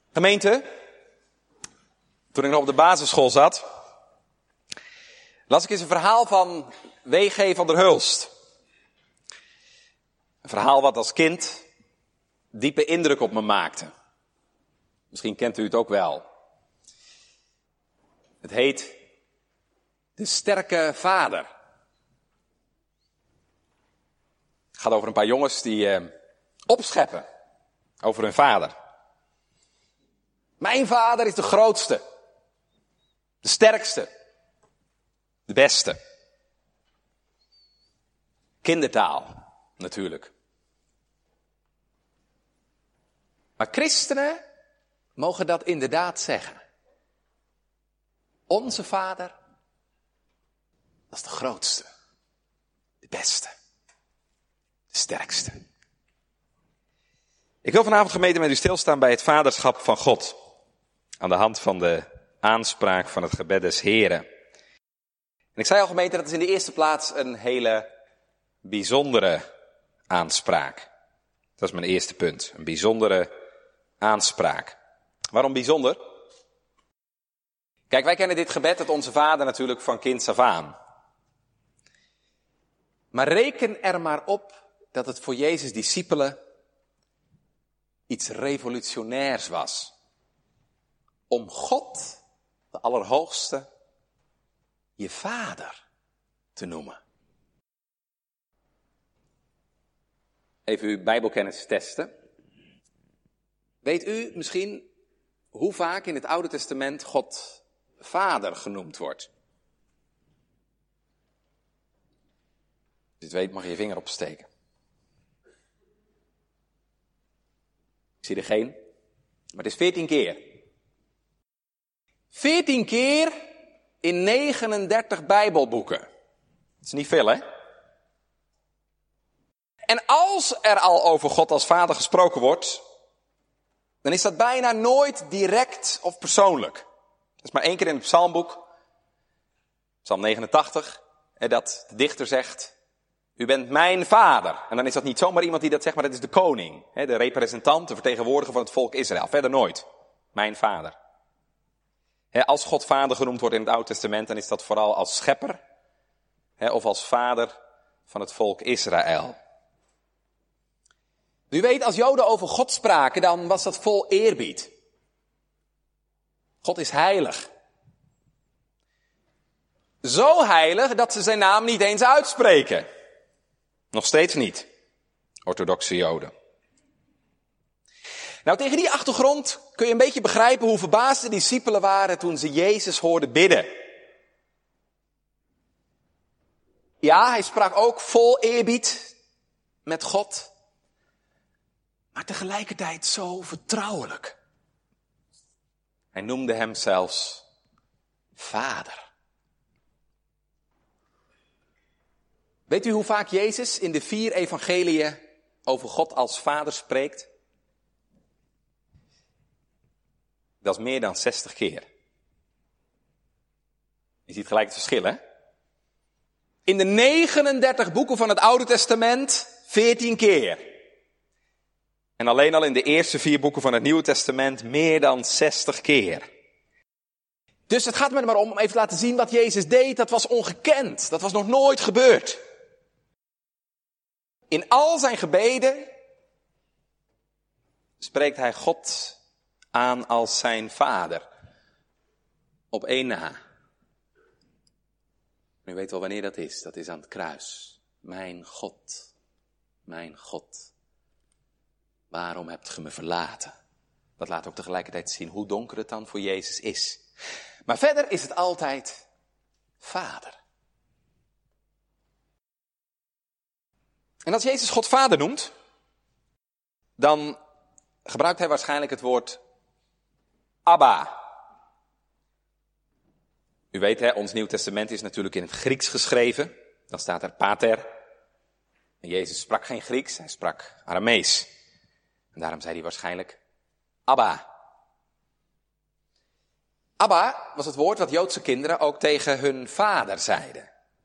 Gemeente, toen ik nog op de basisschool zat, las ik eens een verhaal van W.G. van der Hulst. Een verhaal wat als kind diepe indruk op me maakte. Misschien kent u het ook wel. Het heet De Sterke Vader. Het gaat over een paar jongens die opscheppen over hun vader. Mijn vader is de grootste, de sterkste, de beste. Kindertaal, natuurlijk. Maar christenen mogen dat inderdaad zeggen. Onze vader, dat is de grootste, de beste, de sterkste. Ik wil vanavond, gemeente, met u stilstaan bij het vaderschap van God. Aan de hand van de aanspraak van het gebed des Heren. En ik zei al, gemeente, dat is in de eerste plaats een hele bijzondere aanspraak. Dat is mijn eerste punt. Een bijzondere aanspraak. Waarom bijzonder? Kijk, wij kennen dit gebed, het Onze Vader, natuurlijk van kinds af aan. Maar reken er maar op dat het voor Jezus' discipelen iets revolutionairs was. Om God, de Allerhoogste, je vader te noemen. Even uw Bijbelkennis testen. Weet u misschien hoe vaak in het Oude Testament God vader genoemd wordt? Als je het weet mag je je vinger opsteken. Ik zie er geen, maar het is 14 keer. 14 keer in 39 Bijbelboeken. Dat is niet veel, hè? En als er al over God als vader gesproken wordt, dan is dat bijna nooit direct of persoonlijk. Dat is maar 1 keer in het psalmboek, psalm 89, dat de dichter zegt, u bent mijn vader. En dan is dat niet zomaar iemand die dat zegt, maar dat is de koning. De representant, de vertegenwoordiger van het volk Israël. Verder nooit. Mijn vader. Als God vader genoemd wordt in het Oude Testament, dan is dat vooral als schepper. Of als vader van het volk Israël. U weet, als Joden over God spraken, dan was dat vol eerbied. God is heilig. Zo heilig dat ze zijn naam niet eens uitspreken. Nog steeds niet. Orthodoxe Joden. Nou, tegen die achtergrond kun je een beetje begrijpen hoe verbaasd de discipelen waren toen ze Jezus hoorden bidden. Ja, hij sprak ook vol eerbied met God. Maar tegelijkertijd zo vertrouwelijk. Hij noemde hem zelfs Vader. Weet u hoe vaak Jezus in de 4 evangeliën over God als Vader spreekt? Dat is meer dan 60 keer. Je ziet gelijk het verschil, hè? In de 39 boeken van het Oude Testament 14 keer. En alleen al in de eerste 4 boeken van het Nieuwe Testament meer dan 60 keer. Dus het gaat me er maar om even te laten zien wat Jezus deed. Dat was ongekend. Dat was nog nooit gebeurd. In al zijn gebeden spreekt hij God aan als zijn vader. Op 1 na. U weet wel wanneer dat is. Dat is aan het kruis. Mijn God. Mijn God. Waarom hebt ge me verlaten? Dat laat ook tegelijkertijd zien hoe donker het dan voor Jezus is. Maar verder is het altijd Vader. En als Jezus God Vader noemt, dan gebruikt hij waarschijnlijk het woord Abba. U weet, hè, ons Nieuw Testament is natuurlijk in het Grieks geschreven. Dan staat er pater. En Jezus sprak geen Grieks, hij sprak Aramees. En daarom zei hij waarschijnlijk Abba. Abba was het woord wat Joodse kinderen ook tegen hun vader zeiden.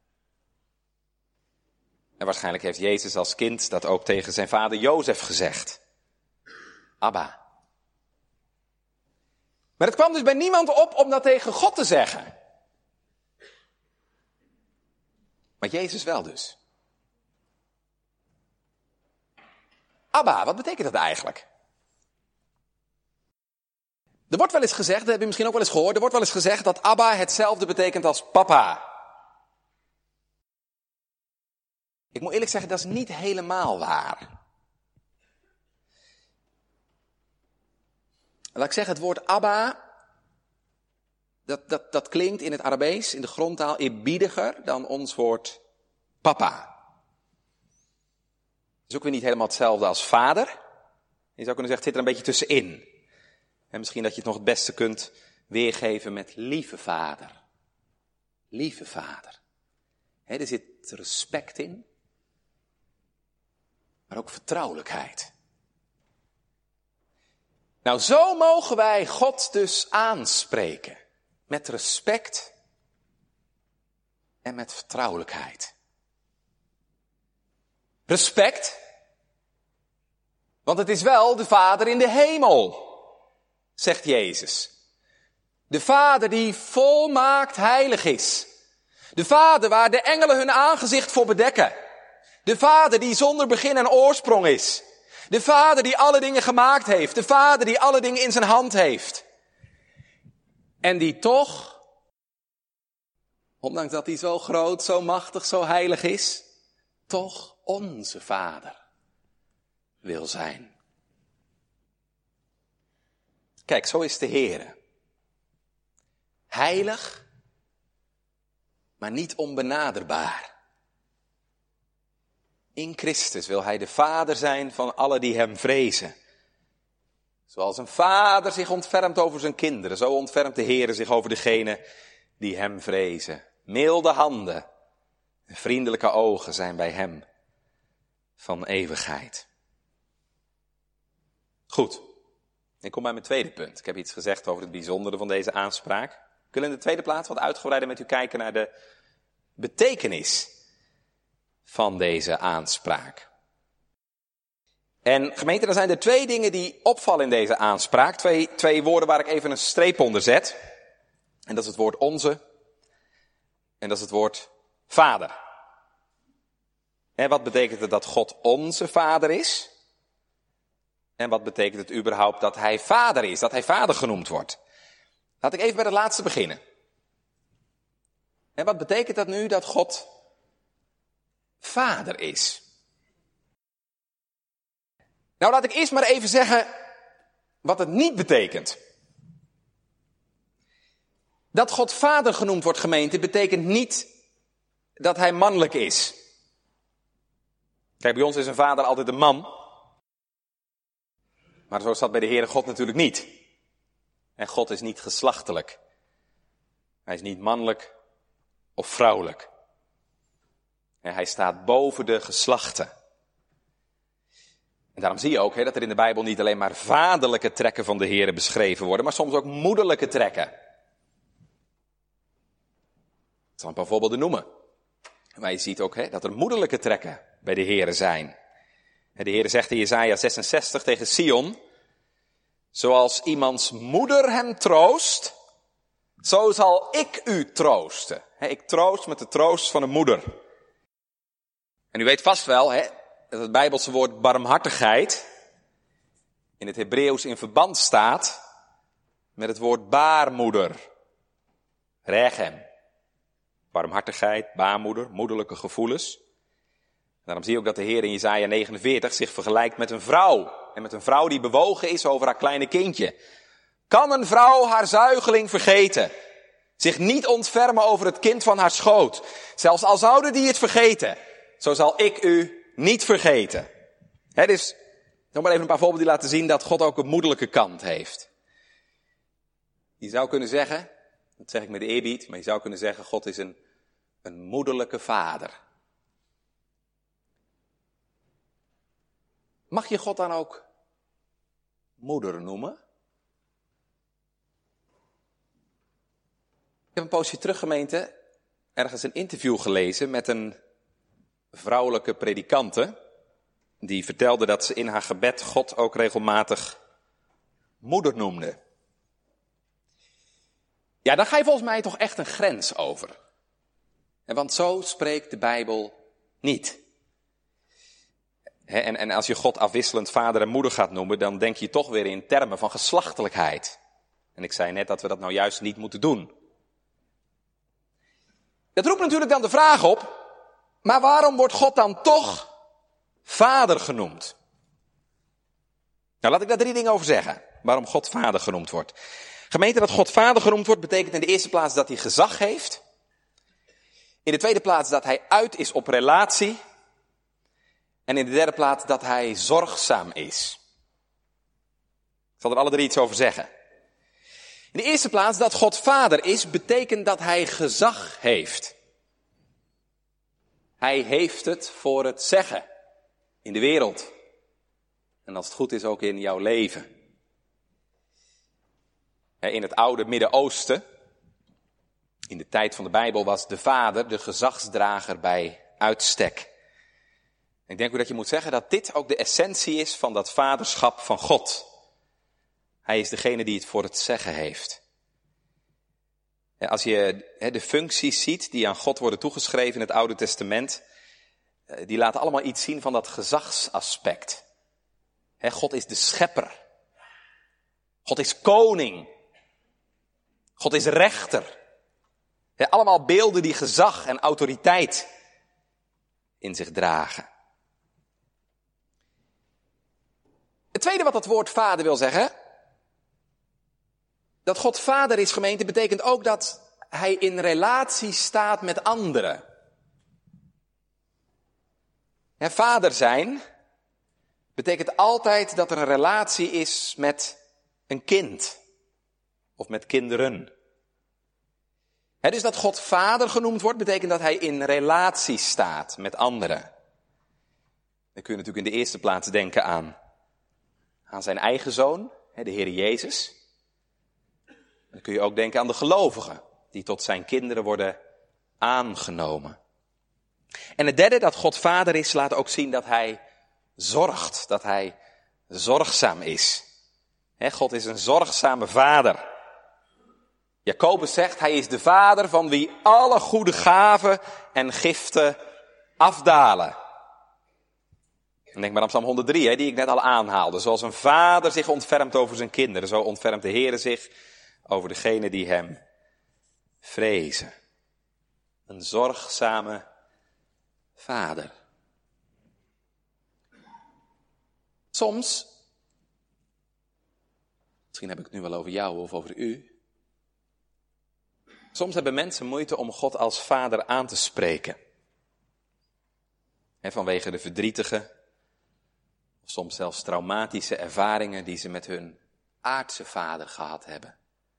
En waarschijnlijk heeft Jezus als kind dat ook tegen zijn vader Jozef gezegd. Abba. Maar het kwam dus bij niemand op om dat tegen God te zeggen. Maar Jezus wel dus. Abba, wat betekent dat eigenlijk? Er wordt wel eens gezegd, dat heb je misschien ook wel eens gehoord, er wordt wel eens gezegd dat Abba hetzelfde betekent als papa. Ik moet eerlijk zeggen, dat is niet helemaal waar. Laat ik zeggen, het woord Abba, dat klinkt in het Arabees, in de grondtaal, eerbiediger dan ons woord papa. Het is ook weer niet helemaal hetzelfde als vader. Je zou kunnen zeggen, het zit er een beetje tussenin. En misschien dat je het nog het beste kunt weergeven met lieve vader. Lieve vader. Er zit respect in, maar ook vertrouwelijkheid. Nou, zo mogen wij God dus aanspreken. Met respect en met vertrouwelijkheid. Respect, want het is wel de Vader in de hemel, zegt Jezus. De Vader die volmaakt heilig is. De Vader waar de engelen hun aangezicht voor bedekken. De Vader die zonder begin en oorsprong is. De Vader die alle dingen gemaakt heeft. De Vader die alle dingen in zijn hand heeft. En die toch, ondanks dat hij zo groot, zo machtig, zo heilig is, toch onze Vader wil zijn. Kijk, zo is de Heere. Heilig, maar niet onbenaderbaar. In Christus wil hij de Vader zijn van allen die hem vrezen. Zoals een vader zich ontfermt over zijn kinderen, zo ontfermt de Heere zich over degenen die hem vrezen. Milde handen en vriendelijke ogen zijn bij hem van eeuwigheid. Goed, ik kom bij mijn tweede punt. Ik heb iets gezegd over het bijzondere van deze aanspraak. Ik wil in de tweede plaats wat uitgebreider met u kijken naar de betekenis van deze aanspraak. En gemeente, er zijn er twee dingen die opvallen in deze aanspraak. Twee woorden waar ik even een streep onder zet. En dat is het woord onze. En dat is het woord vader. En wat betekent het dat God onze vader is? En wat betekent het überhaupt dat hij vader is? Dat hij vader genoemd wordt? Laat ik even bij het laatste beginnen. En wat betekent dat nu dat God vader is? Nou, laat ik eerst maar even zeggen wat het niet betekent. Dat God vader genoemd wordt, gemeente, betekent niet dat hij mannelijk is. Kijk, bij ons is een vader altijd een man. Maar zo is dat bij de Heere God natuurlijk niet. En God is niet geslachtelijk. Hij is niet mannelijk of vrouwelijk. En hij staat boven de geslachten. En daarom zie je ook dat er in de Bijbel niet alleen maar vaderlijke trekken van de Heere beschreven worden, maar soms ook moederlijke trekken. Ik zal een paar voorbeelden noemen. Maar je ziet ook dat er moederlijke trekken bij de Heere zijn. De Heere zegt in Jesaja 66 tegen Sion: zoals iemands moeder hem troost, zo zal ik u troosten. Ik troost met de troost van een moeder. En u weet vast wel dat het Bijbelse woord barmhartigheid in het Hebreeuws in verband staat met het woord baarmoeder. Rechem. Barmhartigheid, baarmoeder, moederlijke gevoelens. Daarom zie je ook dat de Heer in Jesaja 49 zich vergelijkt met een vrouw. En met een vrouw die bewogen is over haar kleine kindje. Kan een vrouw haar zuigeling vergeten? Zich niet ontfermen over het kind van haar schoot? Zelfs al zouden die het vergeten, zo zal ik u niet vergeten. Dus nog maar even een paar voorbeelden die laten zien dat God ook een moederlijke kant heeft. Je zou kunnen zeggen, dat zeg ik met eerbied, maar je zou kunnen zeggen, God is een moederlijke vader. Mag je God dan ook moeder noemen? Ik heb een poosje terug, gemeente, ergens een interview gelezen met een vrouwelijke predikante. Die vertelde dat ze in haar gebed God ook regelmatig moeder noemde. Ja, dan ga je volgens mij toch echt een grens over. Want zo spreekt de Bijbel niet. En als je God afwisselend vader en moeder gaat noemen, dan denk je toch weer in termen van geslachtelijkheid. En ik zei net dat we dat nou juist niet moeten doen. Dat roept natuurlijk dan de vraag op, maar waarom wordt God dan toch vader genoemd? Nou, laat ik daar 3 dingen over zeggen, waarom God vader genoemd wordt. Gemeente, dat God vader genoemd wordt, betekent in de eerste plaats dat hij gezag heeft. In de tweede plaats dat hij uit is op relatie. En in de derde plaats dat hij zorgzaam is. Ik zal er alle 3 iets over zeggen. In de eerste plaats dat God vader is, betekent dat hij gezag heeft. Hij heeft het voor het zeggen in de wereld. En als het goed is ook in jouw leven. In het oude Midden-Oosten, in de tijd van de Bijbel, was de vader de gezagsdrager bij uitstek. Ik denk ook dat je moet zeggen dat dit ook de essentie is van dat vaderschap van God. Hij is degene die het voor het zeggen heeft. Als je de functies ziet die aan God worden toegeschreven in het Oude Testament, die laten allemaal iets zien van dat gezagsaspect. God is de schepper. God is koning. God is rechter. Allemaal beelden die gezag en autoriteit in zich dragen. Het tweede wat dat woord vader wil zeggen, dat God vader is, gemeente, betekent ook dat hij in relatie staat met anderen. Vader zijn betekent altijd dat er een relatie is met een kind. Of met kinderen. Dus dat God vader genoemd wordt, betekent dat hij in relatie staat met anderen. Dan kun je natuurlijk in de eerste plaats denken aan zijn eigen zoon, de Heer Jezus. Dan kun je ook denken aan de gelovigen, die tot zijn kinderen worden aangenomen. En het derde, dat God vader is, laat ook zien dat hij zorgt, dat hij zorgzaam is. God is een zorgzame vader. Jacobus zegt, hij is de vader van wie alle goede gaven en giften afdalen. En denk maar aan Psalm 103, die ik net al aanhaalde. Zoals een vader zich ontfermt over zijn kinderen, zo ontfermt de Heere zich over degenen die hem vrezen. Een zorgzame vader. Soms, misschien heb ik het nu wel over jou of over u. Soms hebben mensen moeite om God als vader aan te spreken. Vanwege de verdrietige, of soms zelfs traumatische ervaringen die ze met hun aardse vader gehad hebben.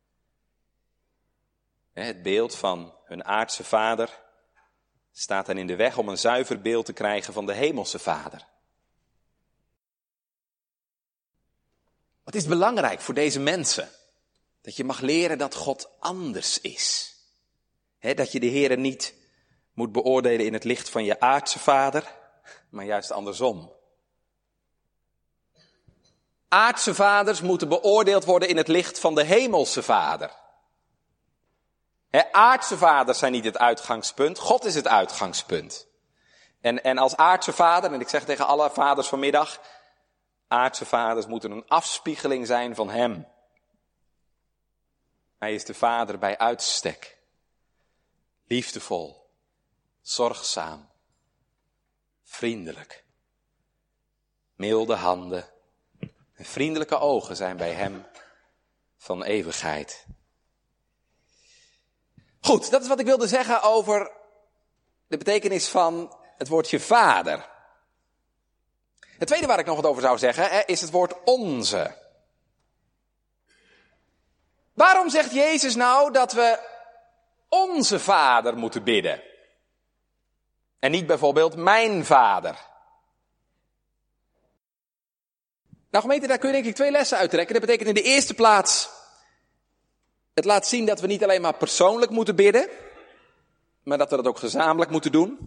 Het beeld van hun aardse vader staat hen in de weg om een zuiver beeld te krijgen van de hemelse vader. Wat is belangrijk voor deze mensen? Dat je mag leren dat God anders is. Dat je de Heere niet moet beoordelen in het licht van je aardse vader, maar juist andersom. Aardse vaders moeten beoordeeld worden in het licht van de hemelse vader. Aardse vaders zijn niet het uitgangspunt, God is het uitgangspunt. En als aardse vader, en ik zeg tegen alle vaders vanmiddag, aardse vaders moeten een afspiegeling zijn van hem. Hij is de vader bij uitstek. Liefdevol, zorgzaam, vriendelijk. Milde handen en vriendelijke ogen zijn bij hem van eeuwigheid. Goed, dat is wat ik wilde zeggen over de betekenis van het woordje vader. Het tweede waar ik nog wat over zou zeggen is het woord onze. Waarom zegt Jezus nou dat we onze vader moeten bidden? En niet bijvoorbeeld mijn vader. Nou gemeente, daar kun je denk ik 2 lessen uittrekken. Dat betekent in de eerste plaats, het laat zien dat we niet alleen maar persoonlijk moeten bidden, maar dat we dat ook gezamenlijk moeten doen.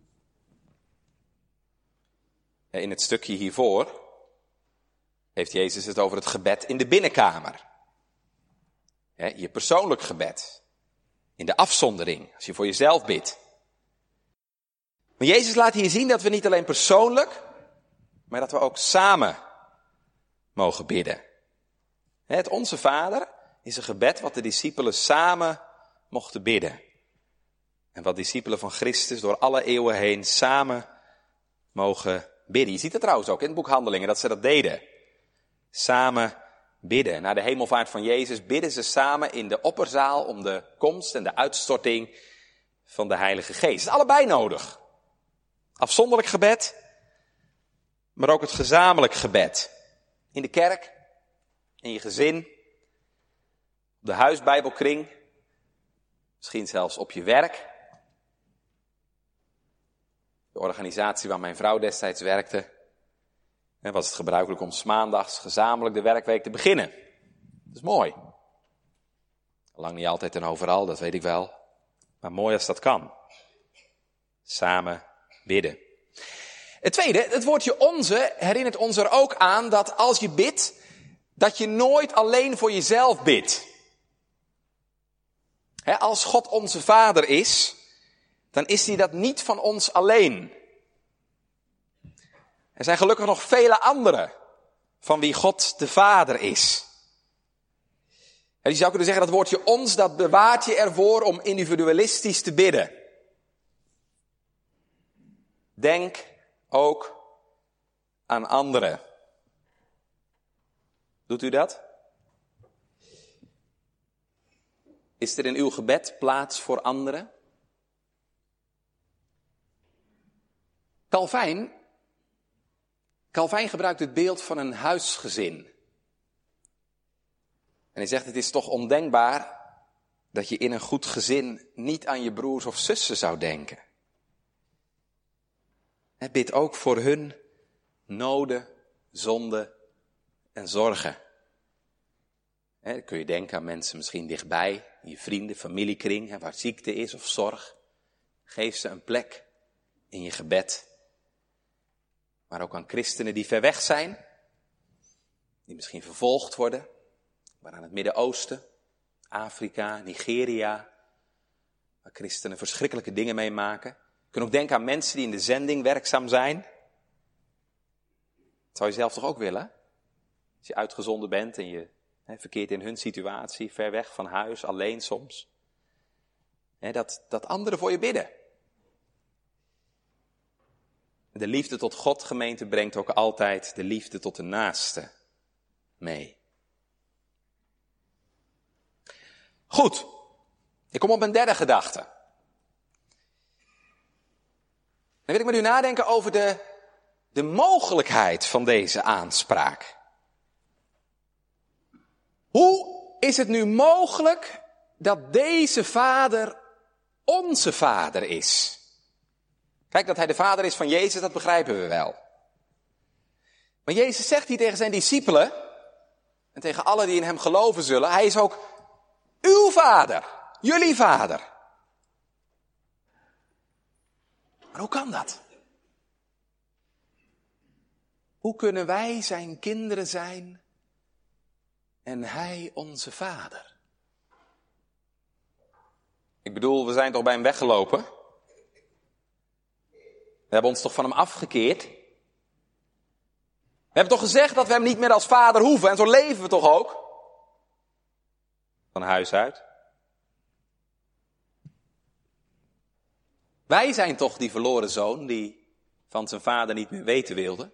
In het stukje hiervoor heeft Jezus het over het gebed in de binnenkamer. Je persoonlijk gebed. In de afzondering, als je voor jezelf bidt. Maar Jezus laat hier zien dat we niet alleen persoonlijk, maar dat we ook samen mogen bidden. Het Onze Vader is een gebed wat de discipelen samen mochten bidden. En wat discipelen van Christus door alle eeuwen heen samen mogen bidden. Je ziet het trouwens ook in het boek Handelingen dat ze dat deden. Samen bidden. Na de hemelvaart van Jezus bidden ze samen in de opperzaal om de komst en de uitstorting van de Heilige Geest. Het is allebei nodig. Afzonderlijk gebed, maar ook het gezamenlijk gebed. In de kerk, in je gezin, op de huisbijbelkring, misschien zelfs op je werk. De organisatie waar mijn vrouw destijds werkte, was het gebruikelijk om 's maandags gezamenlijk de werkweek te beginnen. Dat is mooi. Lang niet altijd en overal, dat weet ik wel. Maar mooi als dat kan. Samen bidden. Het tweede, het woordje onze herinnert ons er ook aan dat als je bidt, dat je nooit alleen voor jezelf bidt. Als God onze Vader is, dan is hij dat niet van ons alleen. Er zijn gelukkig nog vele anderen van wie God de Vader is. En je zou kunnen zeggen dat woordje ons, dat bewaart je ervoor om individualistisch te bidden. Denk ook aan anderen. Doet u dat? Is er in uw gebed plaats voor anderen? Calvijn gebruikt het beeld van een huisgezin. En hij zegt, het is toch ondenkbaar dat je in een goed gezin niet aan je broers of zussen zou denken. Bid ook voor hun noden, zonden en zorgen. Dan kun je denken aan mensen misschien dichtbij, je vrienden, familiekring, waar ziekte is of zorg. Geef ze een plek in je gebed. Maar ook aan christenen die ver weg zijn, die misschien vervolgd worden, maar aan het Midden-Oosten, Afrika, Nigeria, waar christenen verschrikkelijke dingen meemaken. Je kunt ook denken aan mensen die in de zending werkzaam zijn. Dat zou je zelf toch ook willen? Als je uitgezonden bent en je verkeert in hun situatie, ver weg van huis, alleen soms. Dat anderen voor je bidden. De liefde tot God, gemeente, brengt ook altijd de liefde tot de naaste mee. Goed, ik kom op mijn derde gedachte. Dan wil ik met u nadenken over de mogelijkheid van deze aanspraak. Hoe is het nu mogelijk dat deze Vader onze Vader is? Kijk, dat hij de Vader is van Jezus, dat begrijpen we wel. Maar Jezus zegt hier tegen zijn discipelen, en tegen allen die in hem geloven zullen, hij is ook uw Vader, jullie Vader. Maar hoe kan dat? Hoe kunnen wij zijn kinderen zijn en hij onze Vader? Ik bedoel, we zijn toch bij hem weggelopen? We hebben ons toch van hem afgekeerd? We hebben toch gezegd dat we hem niet meer als vader hoeven en zo leven we toch ook? Van huis uit. Wij zijn toch die verloren zoon die van zijn vader niet meer weten wilde?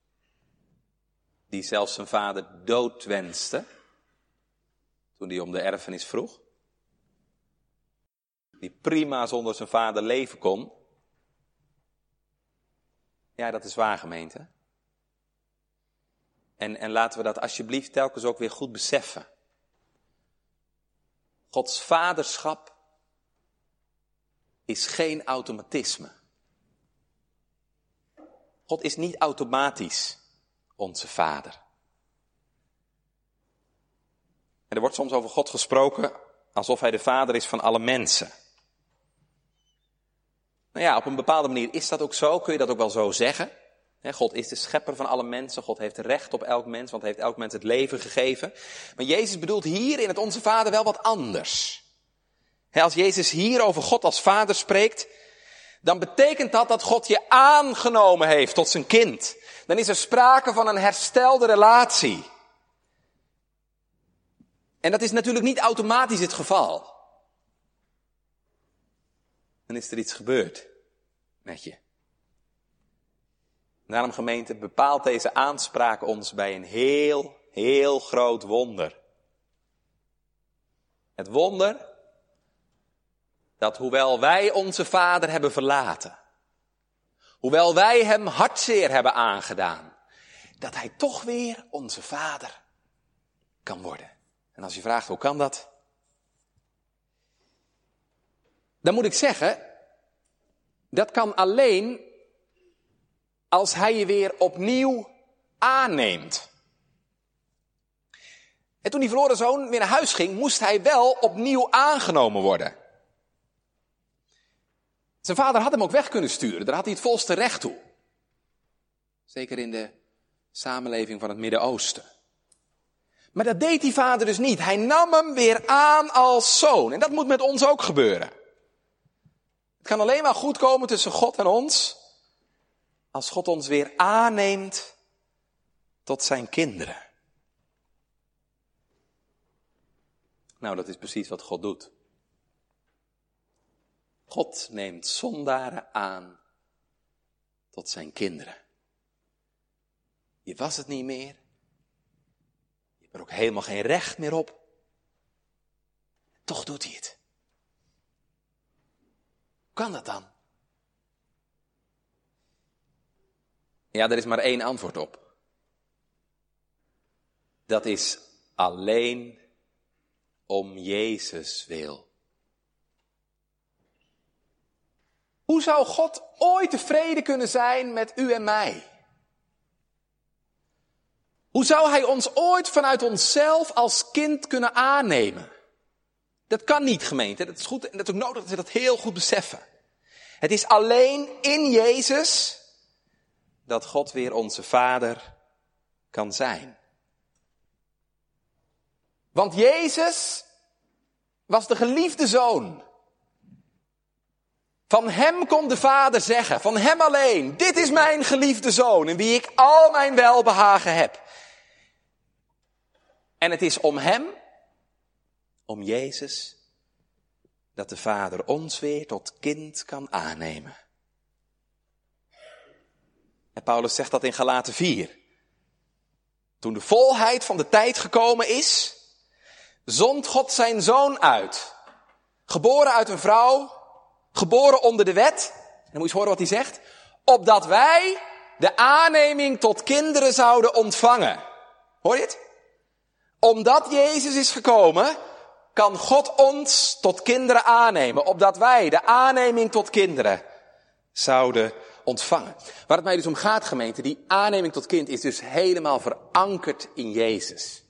Die zelfs zijn vader dood wenste toen hij om de erfenis vroeg? Die prima zonder zijn vader leven kon? Ja, dat is waar, gemeente. En laten we dat alsjeblieft telkens ook weer goed beseffen. Gods vaderschap is geen automatisme. God is niet automatisch onze Vader. En er wordt soms over God gesproken alsof hij de Vader is van alle mensen. Nou ja, op een bepaalde manier is dat ook zo, kun je dat ook wel zo zeggen. God is de schepper van alle mensen. God heeft recht op elk mens, want hij heeft elk mens het leven gegeven. Maar Jezus bedoelt hier in het Onze Vader wel wat anders. Als Jezus hier over God als Vader spreekt, dan betekent dat God je aangenomen heeft tot zijn kind. Dan is er sprake van een herstelde relatie. En dat is natuurlijk niet automatisch het geval. Dan is er iets gebeurd met je. Daarom, gemeente, bepaalt deze aanspraak ons bij een heel groot wonder. Het wonder dat hoewel wij onze Vader hebben verlaten, hoewel wij hem hartzeer hebben aangedaan, dat hij toch weer onze Vader kan worden. En als je vraagt, hoe kan dat? Dan moet ik zeggen, dat kan alleen als hij je weer opnieuw aanneemt. En toen die verloren zoon weer naar huis ging, moest hij wel opnieuw aangenomen worden. Zijn vader had hem ook weg kunnen sturen, daar had hij het volste recht toe. Zeker in de samenleving van het Midden-Oosten. Maar dat deed die vader dus niet. Hij nam hem weer aan als zoon. En dat moet met ons ook gebeuren. Het kan alleen maar goed komen tussen God en ons, als God ons weer aanneemt tot zijn kinderen. Nou, dat is precies wat God doet. God neemt zondaren aan tot zijn kinderen. Je was het niet meer. Je hebt er ook helemaal geen recht meer op. Toch doet hij het. Hoe kan dat dan? Ja, er is maar één antwoord op. Dat is alleen om Jezus wil. Hoe zou God ooit tevreden kunnen zijn met u en mij? Hoe zou hij ons ooit vanuit onszelf als kind kunnen aannemen? Dat kan niet, gemeente. Dat is goed en dat is ook nodig dat we dat heel goed beseffen. Het is alleen in Jezus dat God weer onze Vader kan zijn. Want Jezus was de geliefde zoon. Van hem kon de Vader zeggen, van hem alleen, dit is mijn geliefde zoon in wie ik al mijn welbehagen heb. En het is om hem, om Jezus, dat de Vader ons weer tot kind kan aannemen. En Paulus zegt dat in Galaten 4. Toen de volheid van de tijd gekomen is, zond God zijn zoon uit. Geboren uit een vrouw, geboren onder de wet. En dan moet je eens horen wat hij zegt. Opdat wij de aanneming tot kinderen zouden ontvangen. Hoor je het? Omdat Jezus is gekomen, kan God ons tot kinderen aannemen. Opdat wij de aanneming tot kinderen zouden ontvangen. Waar het mij dus om gaat, gemeente, die aanneming tot kind is dus helemaal verankerd in Jezus.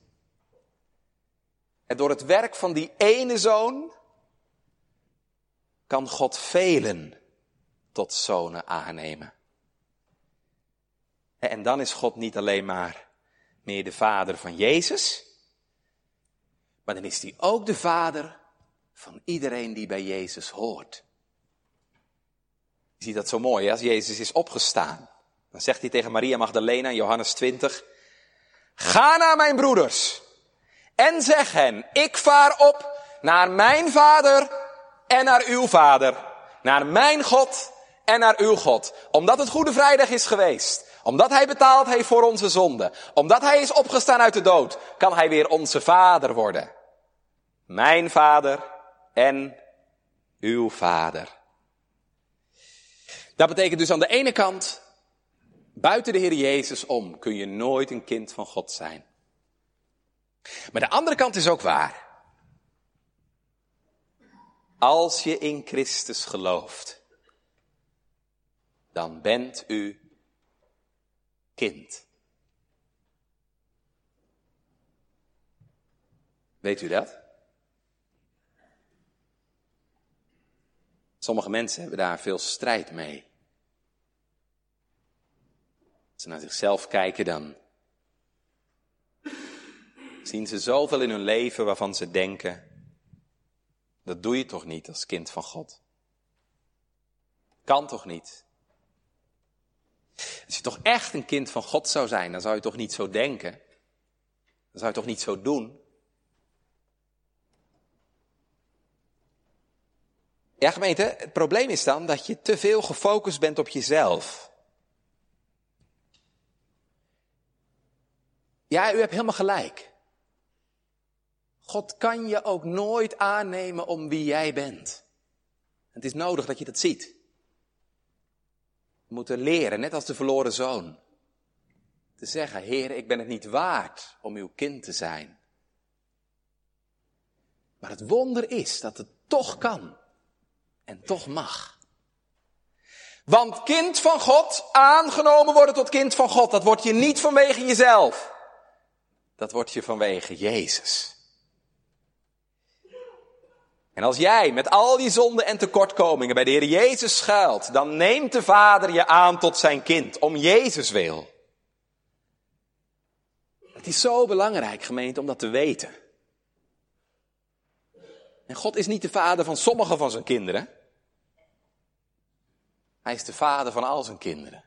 En door het werk van die ene zoon kan God velen tot zonen aannemen. En dan is God niet alleen maar meer de vader van Jezus, maar dan is hij ook de vader van iedereen die bij Jezus hoort. Je ziet dat zo mooi, hè? Als Jezus is opgestaan. Dan zegt hij tegen Maria Magdalena in Johannes 20. Ga naar mijn broeders en zeg hen, ik vaar op naar mijn vader en naar uw vader. Naar mijn God en naar uw God. Omdat het Goede Vrijdag is geweest. Omdat hij betaald heeft voor onze zonde. Omdat hij is opgestaan uit de dood. Kan hij weer onze vader worden. Mijn vader en uw vader. Dat betekent dus aan de ene kant, buiten de Heer Jezus om, kun je nooit een kind van God zijn. Maar de andere kant is ook waar. Als je in Christus gelooft, dan bent u kind. Weet u dat? Sommige mensen hebben daar veel strijd mee. Als ze naar zichzelf kijken, dan zien ze zoveel in hun leven waarvan ze denken, dat doe je toch niet als kind van God? Kan toch niet? Als je toch echt een kind van God zou zijn, dan zou je toch niet zo denken? Dan zou je toch niet zo doen? Ja, gemeente, het probleem is dan dat je te veel gefocust bent op jezelf. Ja, u hebt helemaal gelijk. God kan je ook nooit aannemen om wie jij bent. Het is nodig dat je dat ziet. We moeten leren, net als de verloren zoon. Te zeggen, Heer, ik ben het niet waard om uw kind te zijn. Maar het wonder is dat het toch kan. En toch mag. Want kind van God, aangenomen worden tot kind van God, dat word je niet vanwege jezelf. Dat word je vanwege Jezus. En als jij met al die zonden en tekortkomingen bij de Heer Jezus schuilt, dan neemt de Vader je aan tot zijn kind, om Jezus wil. Het is zo belangrijk, gemeente, om dat te weten. En God is niet de vader van sommige van zijn kinderen. Hij is de vader van al zijn kinderen.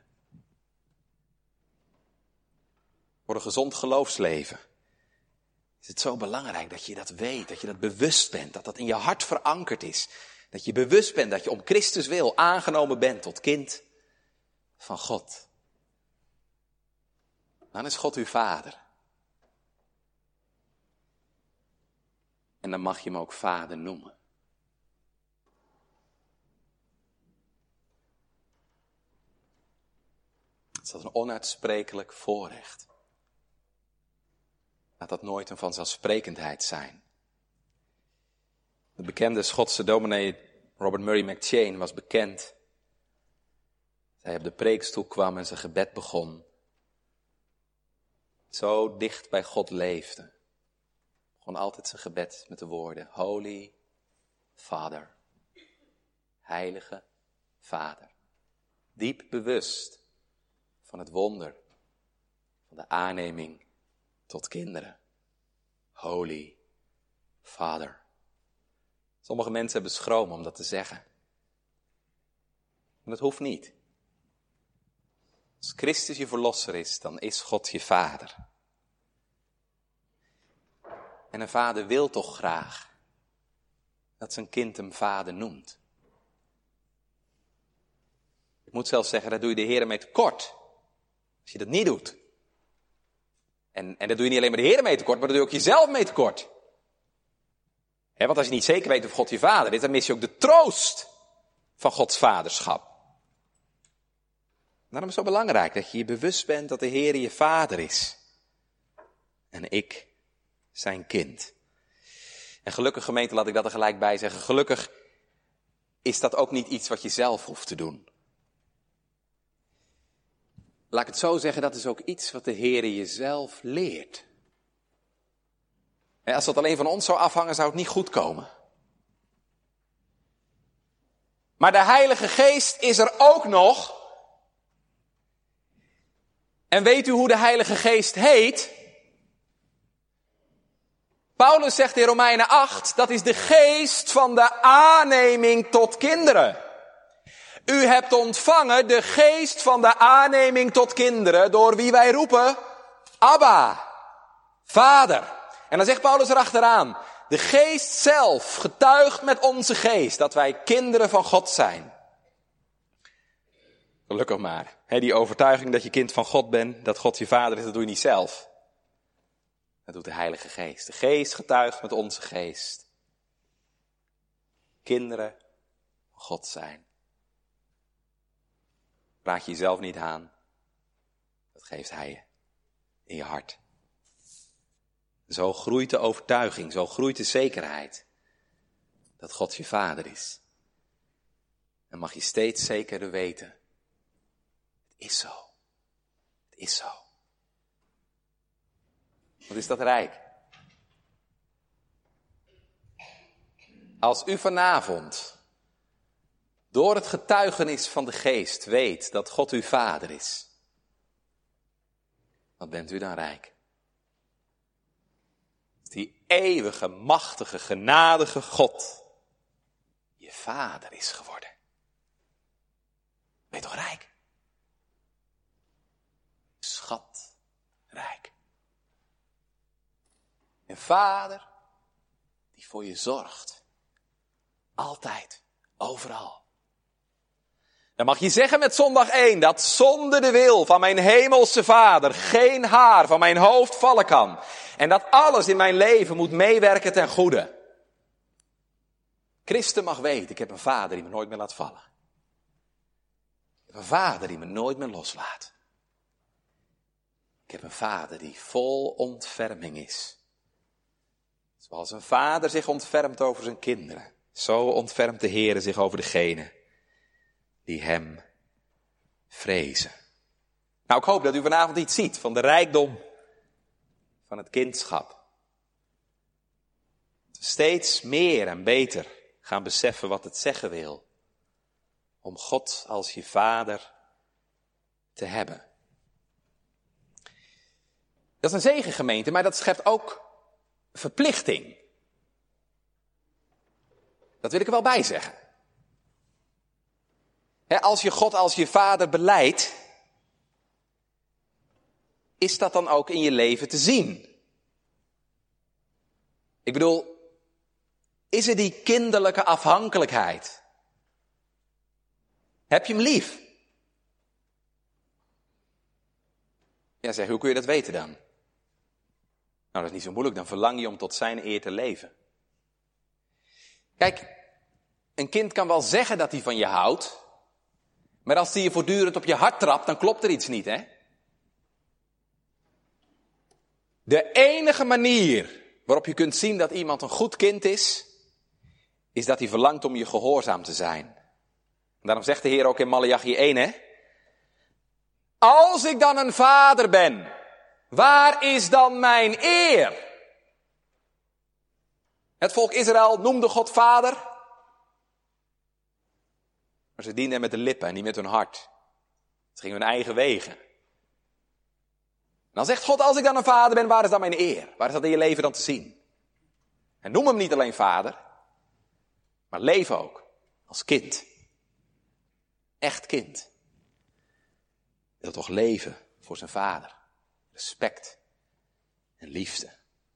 Voor een gezond geloofsleven is het zo belangrijk dat je dat weet, dat je dat bewust bent, dat dat in je hart verankerd is. Dat je bewust bent dat je om Christus wil aangenomen bent tot kind van God. Dan is God uw vader. En dan mag je hem ook vader noemen. Het is een onuitsprekelijk voorrecht. Laat dat nooit een vanzelfsprekendheid zijn. De bekende Schotse dominee Robert Murray McCheyne was bekend. Hij op de preekstoel kwam en zijn gebed begon. Zo dicht bij God leefde. Begon altijd zijn gebed met de woorden: Holy Father. Heilige Vader. Diep bewust van het wonder van de aanneming tot kinderen. Holy Father. Sommige mensen hebben schroom om dat te zeggen. Maar dat hoeft niet. Als Christus je verlosser is, dan is God je vader. En een vader wil toch graag dat zijn kind hem vader noemt. Ik moet zelfs zeggen, daar doe je de Heer mee tekort. Als je dat niet doet. En dat doe je niet alleen maar de Heer mee tekort, maar dat doe je ook jezelf mee tekort. Want als je niet zeker weet of God je vader is, dan mis je ook de troost van Gods vaderschap. Daarom is het zo belangrijk dat je je bewust bent dat de Heer je vader is. En ik zijn kind. En gelukkig, gemeente, laat ik dat er gelijk bij zeggen. Gelukkig is dat ook niet iets wat je zelf hoeft te doen. Laat ik het zo zeggen, dat is ook iets wat de Heer jezelf leert. En als dat alleen van ons zou afhangen, zou het niet goed komen. Maar de Heilige Geest is er ook nog. En weet u hoe de Heilige Geest heet? Paulus zegt in Romeinen 8, dat is de geest van de aanneming tot kinderen. U hebt ontvangen de geest van de aanneming tot kinderen, door wie wij roepen, Abba, Vader. En dan zegt Paulus erachteraan, de geest zelf getuigt met onze geest dat wij kinderen van God zijn. Gelukkig maar. Die overtuiging dat je kind van God bent, dat God je vader is, dat doe je niet zelf. Dat doet de Heilige Geest. De geest getuigt met onze geest. Kinderen van God zijn. Praat je jezelf niet aan. Dat geeft Hij je in je hart. Zo groeit de overtuiging, zo groeit de zekerheid dat God je vader is. En mag je steeds zekerder weten. Het is zo. Het is zo. Wat is dat rijk? Als u vanavond door het getuigenis van de Geest weet dat God uw vader is. wat bent u dan rijk. Die eeuwige, machtige, genadige God je vader is geworden. Ben je toch rijk? Schatrijk. Een vader die voor je zorgt. Altijd, overal. Dan mag je zeggen met zondag 1 dat zonder de wil van mijn hemelse vader geen haar van mijn hoofd vallen kan. En dat alles in mijn leven moet meewerken ten goede. Christen mag weten, ik heb een vader die me nooit meer laat vallen. Ik heb een vader die me nooit meer loslaat. Ik heb een vader die vol ontferming is. Zoals een vader zich ontfermt over zijn kinderen, zo ontfermt de Heer zich over degenen die hem vrezen. Nou, ik hoop dat u vanavond iets ziet van de rijkdom van het kindschap. Dat we steeds meer en beter gaan beseffen wat het zeggen wil. Om God als je vader te hebben. Dat is een zegen, gemeente, maar dat schept ook verplichting. Dat wil ik er wel bij zeggen. Als je God als je vader belijdt, is dat dan ook in je leven te zien? Ik bedoel, is er die kinderlijke afhankelijkheid? Heb je hem lief? Ja, zeg, hoe kun je dat weten dan? Nou, dat is niet zo moeilijk, dan verlang je om tot zijn eer te leven. Kijk, een kind kan wel zeggen dat hij van je houdt, maar als hij je voortdurend op je hart trapt, dan klopt er iets niet, hè? De enige manier waarop je kunt zien dat iemand een goed kind is dat hij verlangt om je gehoorzaam te zijn. En daarom zegt de Heer ook in Maleachi 1, hè? Als ik dan een vader ben, waar is dan mijn eer? Het volk Israël noemde God vader, maar ze dienden hem met de lippen en niet met hun hart. Ze gingen hun eigen wegen. En dan zegt God, als ik dan een vader ben, waar is dan mijn eer? Waar is dat in je leven dan te zien? En noem hem niet alleen vader, maar leef ook als kind. Echt kind. Wil toch leven voor zijn vader. Respect en liefde.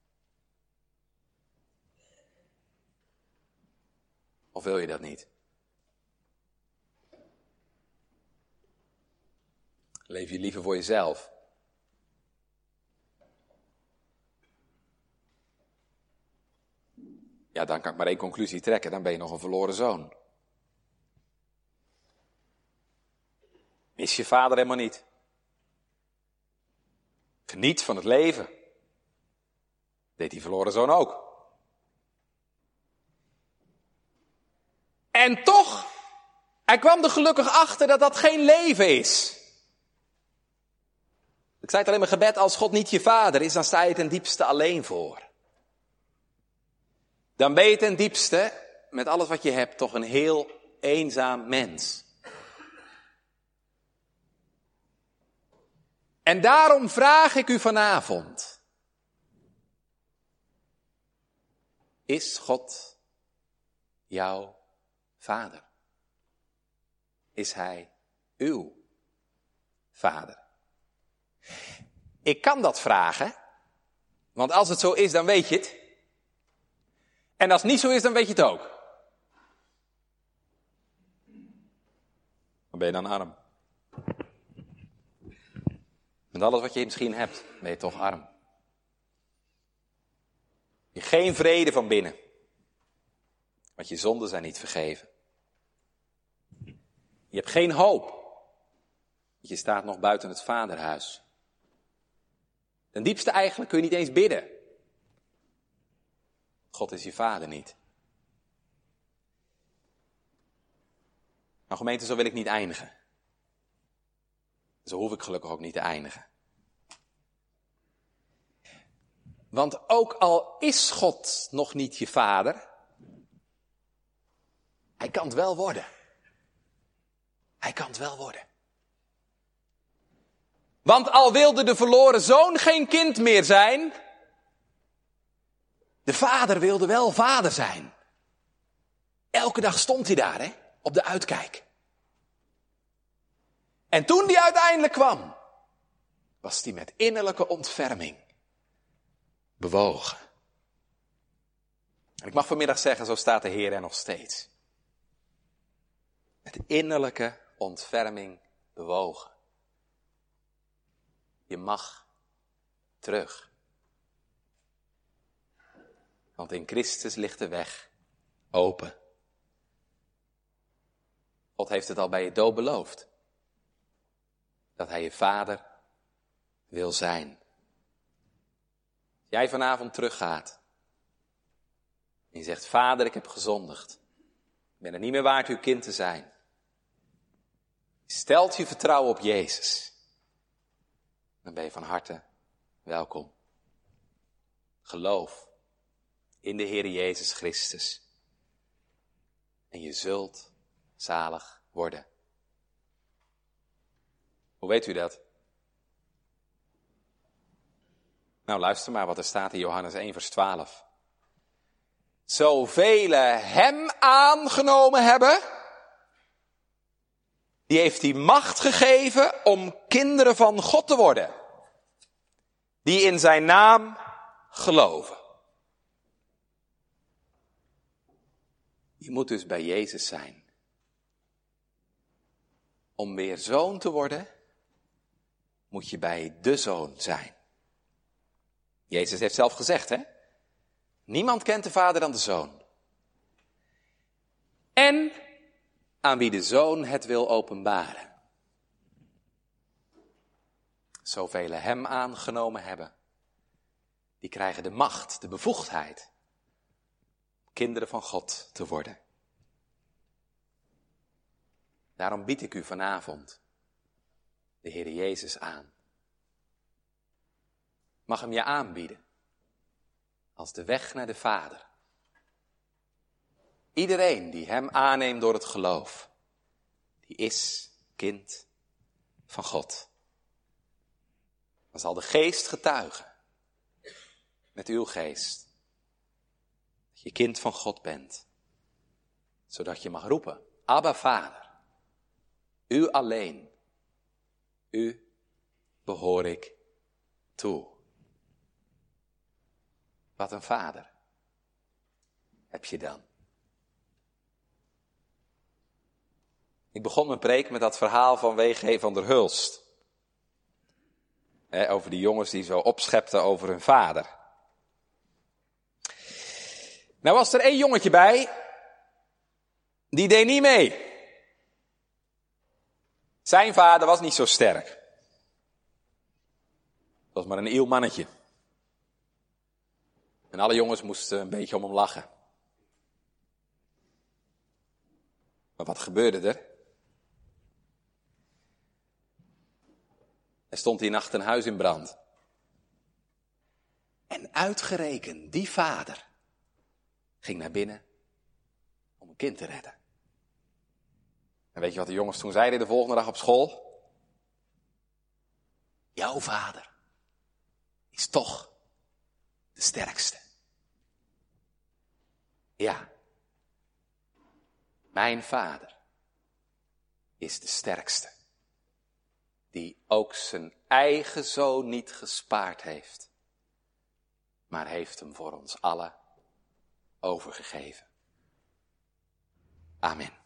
Of wil je dat niet? Leef je liever voor jezelf? Ja, dan kan ik maar één conclusie trekken. Dan ben je nog een verloren zoon. Mis je vader helemaal niet. Geniet van het leven. Deed die verloren zoon ook. En toch, hij kwam er gelukkig achter dat dat geen leven is. Ik zei het al in mijn gebed, als God niet je vader is, dan sta je ten diepste alleen voor. Dan ben je ten diepste, met alles wat je hebt, toch een heel eenzaam mens. En daarom vraag ik u vanavond. Is God jouw vader? Is hij uw vader? Ik kan dat vragen, want als het zo is, dan weet je het. En als het niet zo is, dan weet je het ook. Dan ben je dan arm. Met alles wat je misschien hebt, ben je toch arm. Je hebt geen vrede van binnen. Want je zonden zijn niet vergeven. Je hebt geen hoop. Want je staat nog buiten het vaderhuis. Ten diepste eigenlijk kun je niet eens bidden. God is je vader niet. Nou gemeente, zo wil ik niet eindigen. Zo hoef ik gelukkig ook niet te eindigen. Want ook al is God nog niet je vader, hij kan het wel worden. Hij kan het wel worden. Want al wilde de verloren zoon geen kind meer zijn, de vader wilde wel vader zijn. Elke dag stond hij daar, op de uitkijk. En toen die uiteindelijk kwam, was hij met innerlijke ontferming bewogen. En ik mag vanmiddag zeggen, zo staat de Heer er nog steeds. Met innerlijke ontferming bewogen. Je mag terug. Want in Christus ligt de weg open. God heeft het al bij je dood beloofd. Dat hij je vader wil zijn. Als jij vanavond teruggaat. En je zegt, vader, ik heb gezondigd. Ik ben er niet meer waard uw kind te zijn. Je stelt je vertrouwen op Jezus. Dan ben je van harte welkom. Geloof in de Heer Jezus Christus. En je zult zalig worden. Hoe weet u dat? Nou, luister maar wat er staat in Johannes 1 vers 12. Zoveel hem aangenomen hebben, die heeft hij macht gegeven om kinderen van God te worden. Die in zijn naam geloven. Je moet dus bij Jezus zijn. Om weer zoon te worden, moet je bij de zoon zijn. Jezus heeft zelf gezegd, niemand kent de Vader dan de Zoon. En aan wie de Zoon het wil openbaren. Zoveel hem aangenomen hebben, die krijgen de macht, de bevoegdheid, om kinderen van God te worden. Daarom bied ik u vanavond de Heer Jezus aan. Mag hem je aanbieden als de weg naar de Vader. Iedereen die hem aanneemt door het geloof, die is kind van God. Dan zal de geest getuigen, met uw geest, dat je kind van God bent. Zodat je mag roepen, Abba Vader, u alleen, u behoor ik toe. Wat een vader heb je dan. Ik begon mijn preek met dat verhaal van W.G. van der Hulst. Over die jongens die zo opschepten over hun vader. Nou was er één jongetje bij, die deed niet mee. Zijn vader was niet zo sterk. Dat was maar een iel mannetje. En alle jongens moesten een beetje om hem lachen. Maar wat gebeurde er? Er stond die nacht een huis in brand. En uitgerekend die vader ging naar binnen om een kind te redden. En weet je wat de jongens toen zeiden de volgende dag op school? Jouw vader is toch de sterkste. Ja, mijn vader is de sterkste. Die ook zijn eigen zoon niet gespaard heeft. Maar heeft hem voor ons allen overgegeven. Amen.